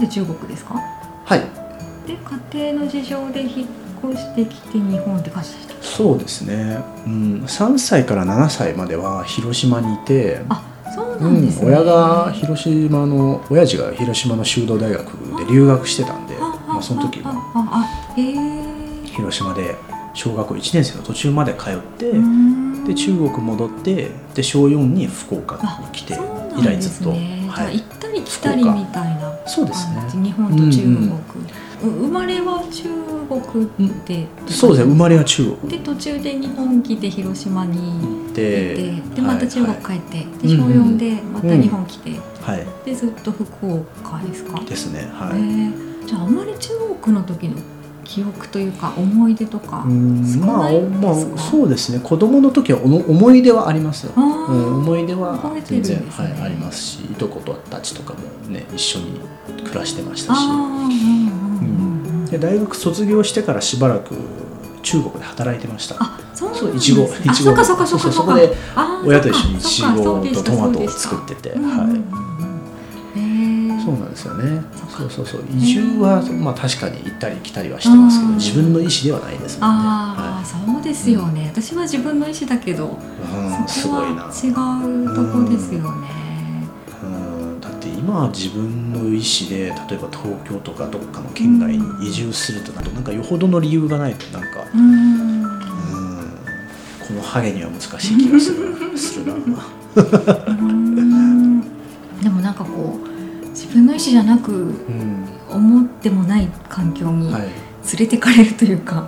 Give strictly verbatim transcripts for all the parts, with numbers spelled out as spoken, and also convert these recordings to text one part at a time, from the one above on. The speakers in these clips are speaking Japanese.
で中国ですか？ はい。 で家庭の事情で引っ越してきて日本って感じでした？ そうですね、うん、さんさいからななさいまでは広島にいて、 あ、そうなんですね、 うん、親が広島の親父が広島の修道大学で留学してたんで、まあ、その時も広島で小学校いちねん生の途中まで通って、で中国戻ってでしょうよんに福岡に来て、以来ずっと、はい、 じゃあ行ったり来たりみたいな。 そうですね、 日本と中国、うんうん、生まれは中国で、 うん、そうですね、生まれは中国で途中で日本来て広島に行ってでまた中国帰って、はいはい、でしょうよんでまた日本来て、うんうん、はい、でずっと福岡ですか？ ですね、はい、 えー、じゃああんまり中国の時の記憶というか思い出とか少ないですか？まあ、まあ、 そうですね、子供の時は思い出はありますよ、うん、思い出は全然、ね、はい、ありますし、いとことたちとかもね一緒に暮らしてましたし、で大学卒業してからしばらく中国で働いてました。あ、そうなんですね。いちご、いちご、そこそこで親と一緒にいちごとトマトを作ってて、はい。そうなんですよね。そうそうそう。移住はまあ確かに行ったり来たりはしてますけど、自分の意思ではないですもんね。 ああ、はい、そうですよね。私は自分の意思だけど、うん、そこは違うとこですよね。 うん、だって今自分の意思で例えば東京とかどっかの県外に移住するとなると、なんかよほどの理由がないとなんか、うん、うん、このハゲには難しい気がするするな。 うんでもなんかこう。自分の意思じゃなく、うん、思ってもない環境に連れてかれるというか、はい、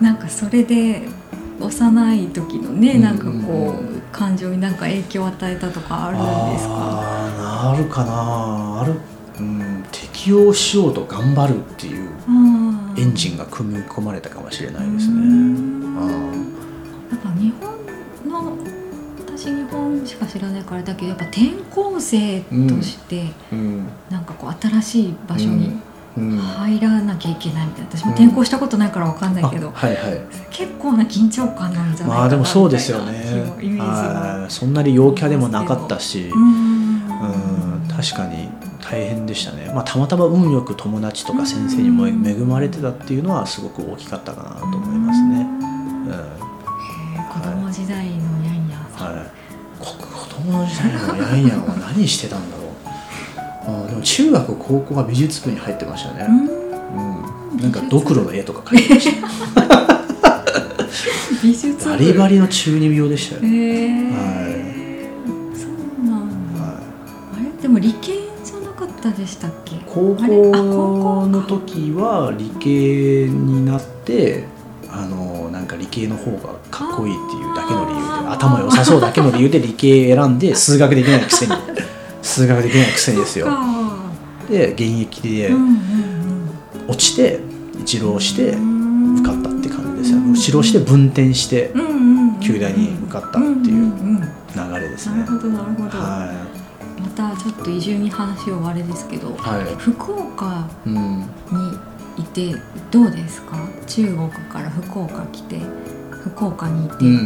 なんかそれで幼い時のね、うん、なんかこう感情になんか影響を与えたとかあるんですか？ あ, あるかなある、うん、適応しようと頑張るっていうエンジンが組み込まれたかもしれないですね。あなんか日本の私日本しか知らないからだけどやっぱ転校生として、うん、なんかこう新しい場所に入らなきゃいけないみたいな、私も転校したことないから分かんないけど、うんはいはい、結構な緊張感なんじゃないかなみたいな、まあでもそうですよね、イメージがそんなに陽キャでもなかったし、うん、確かに大変でしたね。まあ、たまたま運よく友達とか先生にも恵まれてたっていうのはすごく大きかったかなと思いますね。うん、 子供時代のヤンヤンさん、 はい、子供の時代のヤンヤンは何してたんだろう。あでも中学高校は美術部に入ってましたね。うん、うん、なんかドクロの絵とか描いてました美術部バリバリの中二病でしたよ、ね。へー、はい、 そうなんだ、はい、あれでも理系じゃなかったでしたっけ？ 高校の時は理系になってあのなんか理系の方がかっこいいっていうだけの理由で、頭良さそうだけの理由で理系選んで数学できないくせに数学できないくせにですよ。で現役で落ちて一浪して受かったって感じですよ。一浪して分転して九大に受かったっていう流れですね。 なるほどなるほど、はい、またちょっと移住に話をあれですけど、はい、福岡にいてどうですか？中国から福岡来て福岡にいて、うんうんうん、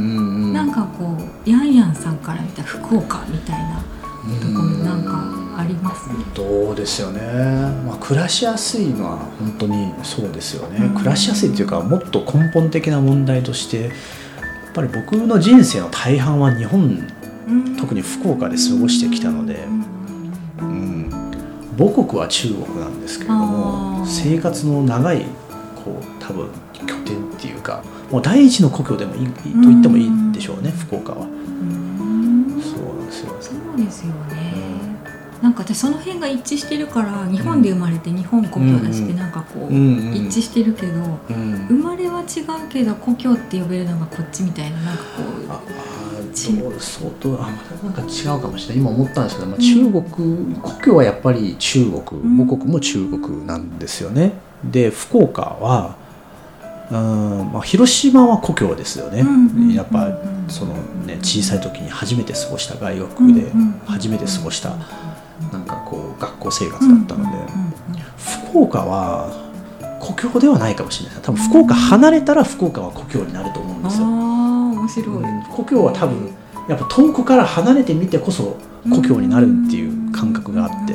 なんかこうヤンヤンさんから見た福岡みたいなところなんかあります？ どうですよね、まあ、暮らしやすいのは本当にそうですよね、うん、暮らしやすいっていうかもっと根本的な問題としてやっぱり僕の人生の大半は日本、うん、特に福岡で過ごしてきたので、うん、母国は中国なんですけれども生活の長いこう多分拠点っていうかもう第一の故郷でもいいと言ってもいいでしょうね、うん、福岡は。そうなんですよ。 そうですよね、うん、なんか私その辺が一致してるから日本で生まれて日本故郷だしってなんかこう、うんうん、一致してるけど、うん、生まれは違うけど故郷って呼べるのがこっちみたいななんかこうあどう相当あまたなんか違うかもしれない今思ったんですけど、まあ、中国、うん、故郷はやっぱり中国母国も中国なんですよね。で福岡はうんまあ、広島は故郷ですよね、うんうん、やっぱその、ね、小さい時に初めて過ごした外国で初めて過ごしたなんかこう学校生活だったので、福岡は故郷ではないかもしれない。多分福岡離れたら福岡は故郷になると思うんですよ。あ面白い、 うん、故郷は多分やっぱ遠くから離れてみてこそ故郷になるっていう感覚があって、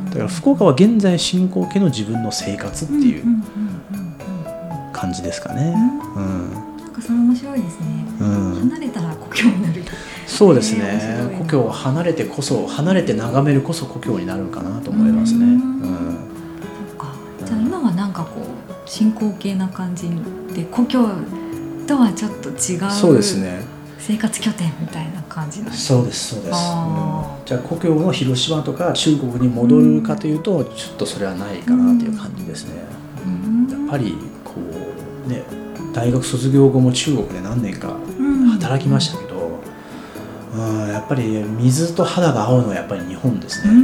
だから福岡は現在進行形の自分の生活っていう感じですかね。 うん、なんかそれ面白いですね、うん、離れたら故郷になる。 そうですね、えー、故郷を離れてこそ離れて眺めるこそ故郷になるかなと思いますね。うん、うん、 そうか。じゃあ今はなんかこう進行形な感じで故郷とはちょっと違う、そうですね、生活拠点みたいな感じなんです。 そうですそうです、うん、じゃあ故郷の広島とか中国に戻るかというと、うん、ちょっとそれはないかなという感じですね、うん、やっぱりこうね大学卒業後も中国で何年か働きましたけど、うんうん、やっぱり水と肌が合うのはやっぱり日本ですね、うん、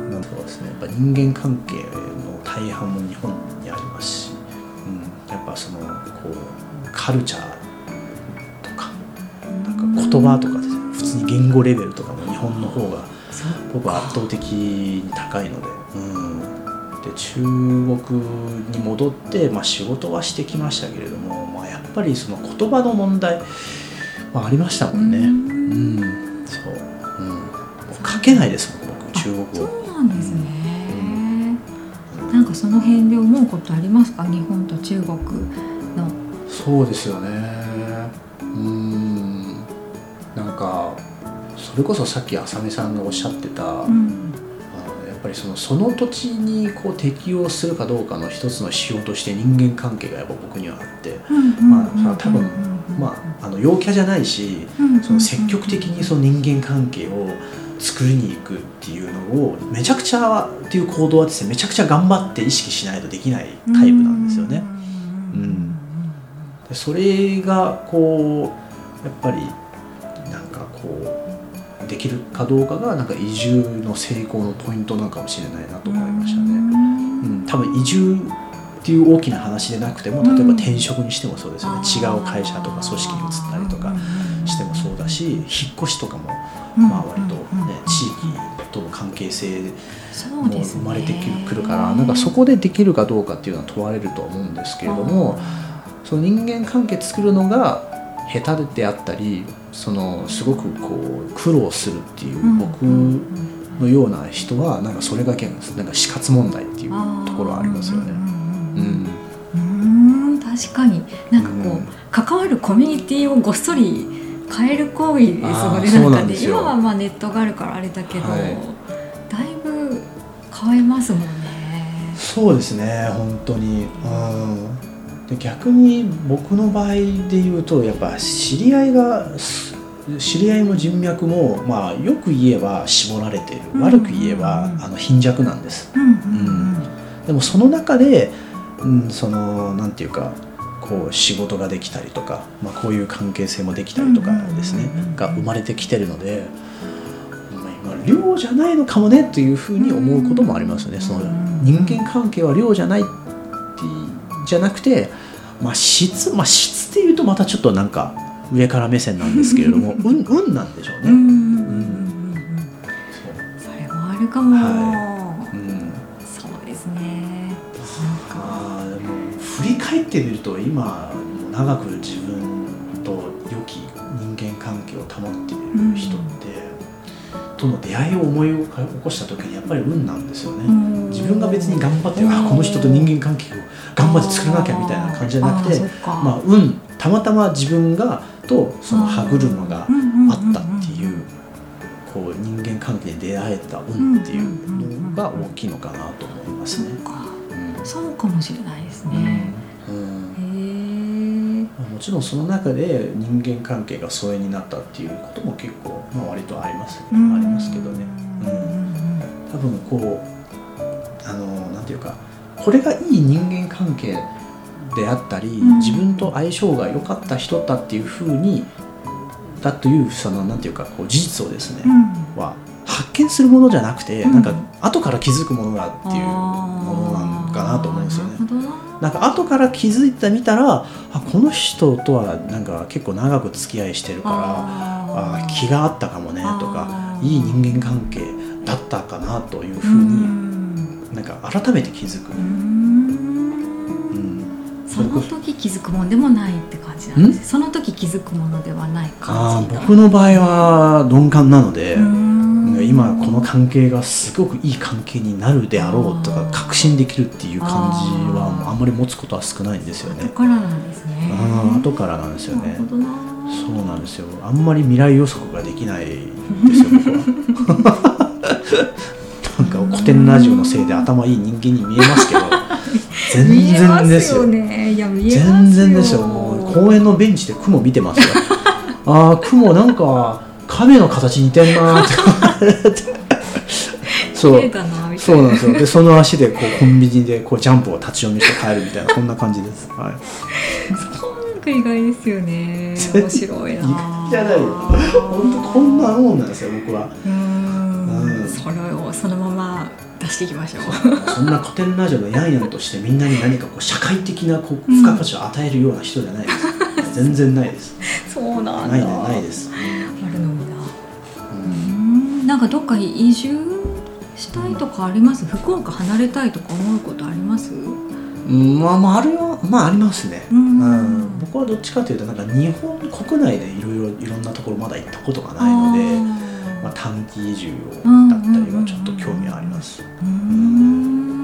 なんそうですね、やっぱ人間関係の大半も日本にありますし、うん、やっぱそのこうカルチャーとかなんか言葉とかですね、普通に言語レベルとかも日本の方が僕は圧倒的に高いので、うん、で中国に戻って、まあ、仕事はしてきましたけれども、まあ、やっぱりその言葉の問題はありましたもんね。うん、そう、うん、もう書けないですもん僕中国語。 そうなんですね、うん、なんかその辺で思うことありますか、日本と中国の。 そうですよね、うーん、なんかそれこそさっき浅見さんがおっしゃってた、うん、あのやっぱりその、その土地にこう適応するかどうかの一つの指標として人間関係がやっぱ僕にはあって、まあ多分、まあ、あの陽キャじゃないし、その積極的にその人間関係を作りに行くっていうのをめちゃくちゃっていう行動はですね、めちゃくちゃ頑張って意識しないとできないタイプなんですよね。うん、でそれがこうやっぱりなんかこうできるかどうかがなんか移住の成功のポイントなのかもしれないなと思いましたね。うん、多分移住っていう大きな話でなくても、例えば転職にしてもそうですよね、違う会社とか組織に移ったりとかしてもそうだし、引っ越しとかもまあ割とね地域との関係性も生まれてくるから、なんかそこでできるかどうかっていうのは問われると思うんですけれども、その人間関係作るのが下手であったり、そのすごくこう苦労するっていう僕のような人はなんかそれがなんか死活問題っていうところはありますよね。うん、 うーん、確かになんかこう、うん、関わるコミュニティをごっそり変える行為ですよね。なんかね、今はまあネットがあるからあれだけど、はい、だいぶ変えますもんね。 そうですね、本当に、うん、で逆に僕の場合で言うとやっぱ知り合いが知り合いも人脈も、まあ、よく言えば絞られている、うん、悪く言えば、うん、あの貧弱なんです、うんうんうん、でもその中で、うん、そのなんていうかこう仕事ができたりとか、まあ、こういう関係性もできたりとかですね、うんうんうん、が生まれてきてるので、まあ、量じゃないのかもねというふうに思うこともありますよね。その人間関係は量じゃないってじゃなくて、まあ、質、まあ、質っていうとまたちょっとなんか上から目線なんですけれども運、運なんでしょうね。うんうん、 それもあるかも、はい、うん、そうですね。なんかあでも振り返ってみると今長く自分と良き人間関係を保っている人って、うん、との出会いを思い起こした時にやっぱり運なんですよね。自分が別に頑張ってあこの人と人間関係を頑張って作らなきゃみたいな感じじゃなくて、あまあ運たまたま自分がとその歯車があったっていうこう人間関係で出会えた運っていうのが大きいのかなと思いますね。 そうか、うん、そうかもしれないですね。うんうん、 へもちろんその中で人間関係が疎遠になったっていうことも結構、まあ、割とあります、ね、ありますけどね、うん、多分こうあのなんていうかこれがいい人間関係であったり、うん、自分と相性が良かった人だっていうふうにだというそのなんていうかこう事実をですね、うん、は発見するものじゃなくて、うん、なんか後から気づくものだっていうものなんかなと思うんですよね。なんか後から気づいてみたらあこの人とはなんか結構長く付き合いしてるからああ気が合ったかもねとかいい人間関係だったかなというふうに、うん、なんか改めて気づく。 その時気づくものでもないって感じなんです。その時気づくものではない感じ。 あ僕の場合は鈍感なので今この関係がすごくいい関係になるであろうとか確信できるっていう感じはあんまり持つことは少ないんですよね。 後からなんですね。 あ後からなんですよね。 なるほどな。 そうなんですよ。あんまり未来予測ができないんですよ僕は。なんか古典ラジオのせいで頭いい人間に見えますけど全然ですよ。 見えますよね。いや見えますよ。 全然ですよ。もう公園のベンチで雲見てますよ。ああ雲なんか亀の形似てんなーってそうそうなんですよ。でその足でこうコンビニでこうジャンプを立ち読みして帰るみたいなこんな感じです。はい。 そうなんか意外ですよね。面白いな。 意外じゃないよ。本当こんなもんなんですよ僕は。 うーん、うん、それをそのまま出していきましょう。 そんな古典ラジオのヤンヤンとしてみんなに何かこう社会的なこう付加価値を与えるような人じゃないです。うん、全然ないです。 そうなんだ。 ないねないです。 あるのみだ。うん、なんかどっか移住したいとかあります？福岡離れたいとか思うことあります？ うん、まあまああるよ。まあありますね。うん、うん、僕はどっちかというとなんか日本国内でいろいろいろんなところまだ行ったことがないので、まあ短期移住をだったりはちょっと興味はあります。うん、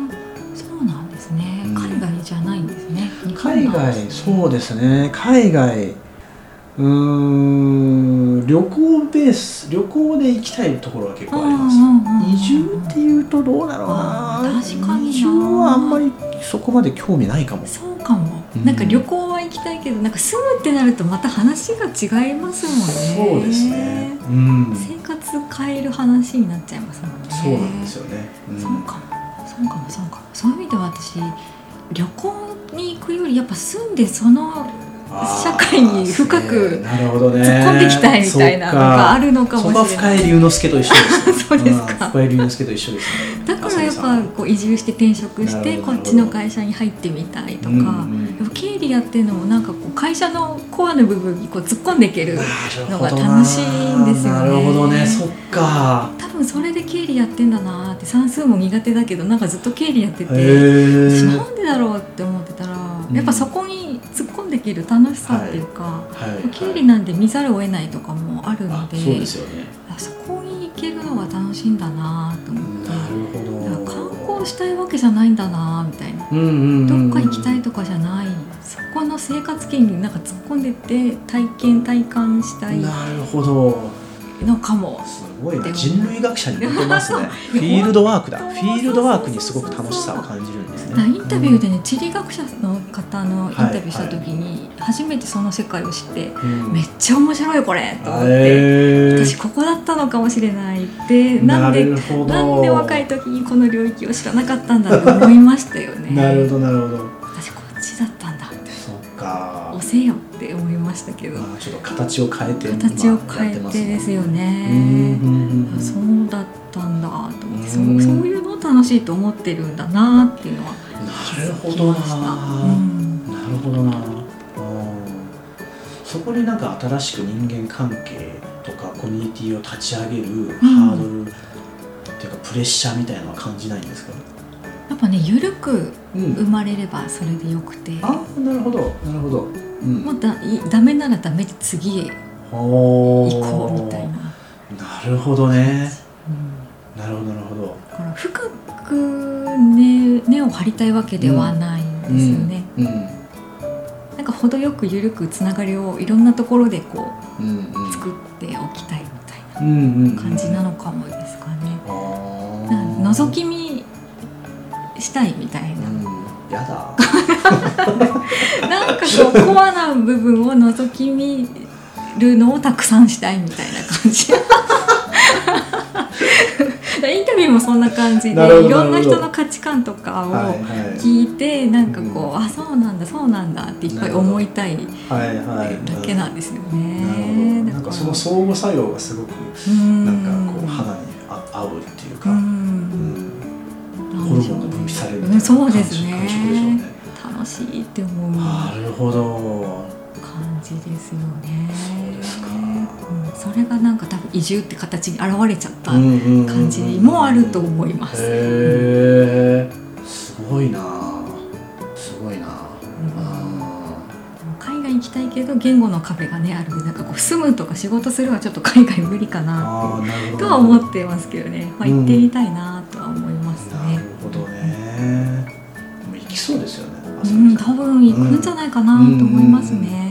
そうなんですね。海外じゃないんですね。 海外そうですね。海外うーん旅行ベース旅行で行きたいところは結構あります。移住っていうとどうだろうな。 確かにな。 移住はあんまりそこまで興味ないかも。 そうかも、うん、なんか旅行は行きたいけどなんか住むってなるとまた話が違いますもんね。 そうですね、うん、 生活変える話になっちゃいますもんね。 そうなんですよね、うん、 そうかもそうかもそうかも。そういう意味では私旅行に行くよりやっぱ住んでその社会に深く突っ込んでいきたいみたいなのがあるのかもしれない。 そこは深井龍之介と一緒です、 そうですか。 深井龍之介と一緒ですね。 だからやっぱこう移住して転職してこっちの会社に入ってみたいとか、うんうん、やっぱ経理やってるのもなんかこう会社のコアの部分にこう突っ込んでいけるのが楽しいんですよね。 なるほどね。そっか。 多分それで経理やってんだなって。算数も苦手だけどなんかずっと経理やってて、私なんでだろうって思ってたら、うん、やっぱそこに突っ込んできる楽しさっていうか、はいはい、経理なんで見ざるを得ないとかもあるので、 そうですよね。 そこに行けるのが楽しいんだなと思って。 なるほど。 観光したいわけじゃないんだなみたいな、うんうんうんうん、どっか行きたいとかじゃない、そこの生活圏になんか突っ込んでって体験体感したい。 なるほどのかも。 すごいな。人類学者に似てますね。フィールドワークだ。フィールドワークにすごく楽しさを感じるんですね。 インタビューでね、うん、地理学者の方のインタビューした時に初めてその世界を知って、はいはい、めっちゃ面白いこれと思って、私ここだったのかもしれないってなんでなんで若い時にこの領域を知らなかったんだと思いましたよね。 なるほどなるほど。 私こっちだったんだって。 そっか。 押せよって思いましたけど。 まあ、ちょっと形を変えて形を変えてですよね。うんうん、そうだったんだと思って、うん、そう、そういうのを楽しいと思ってるんだなっていうのはなるほどな、うん、なるほどな。そこになんか新しく人間関係とかコミュニティを立ち上げるハードルっていうかプレッシャーみたいなのは感じないんですか？ やっぱね、緩く生まれればそれでよくて、うん、 あ、なるほどなるほど、 うん、もうだダメならダメで次へ行こうみたいな。 なるほどね、うん、なるほどなるほど。 だから深く、ね、根を張りたいわけではないんですよね、うんうんうん、なんか程よく緩くつながりをいろんなところでこう、うんうん、作っておきたいみたいな感じなのかもですかね、うんうん、覗き見したいみたいな、うん、 やだなんかこうコアな部分を覗き見るのをたくさんしたいみたいな感じインタビューもそんな感じでいろんな人の価値観とかを聞いて、はいはい、なんかこう、うん、あ、そうなんだそうなんだっていっぱい思いたいだけなんですよね。 なるほど。なんかその相互作用がすごくなんかこう肌に合うっていうか、うん、ホルモンが分泌されるみたいな感じ、 そうですね、 感触でしょうね。 楽しいって思うなるほど感じですよね。 そうですか、うん、 それがなんか多分移住って形に現れちゃった感じもあると思います。 へー、すごいなすごいな、うん、 海外行ききたいけど言語の壁がねあるんで、なんかこう住むとか仕事するはちょっと海外無理かなってとは思ってますけどね、まあ、行ってみたいなとは思いますね、うん、 なるほどね。行きそうですよね。 うん、多分行くんじゃないかなと思いますね。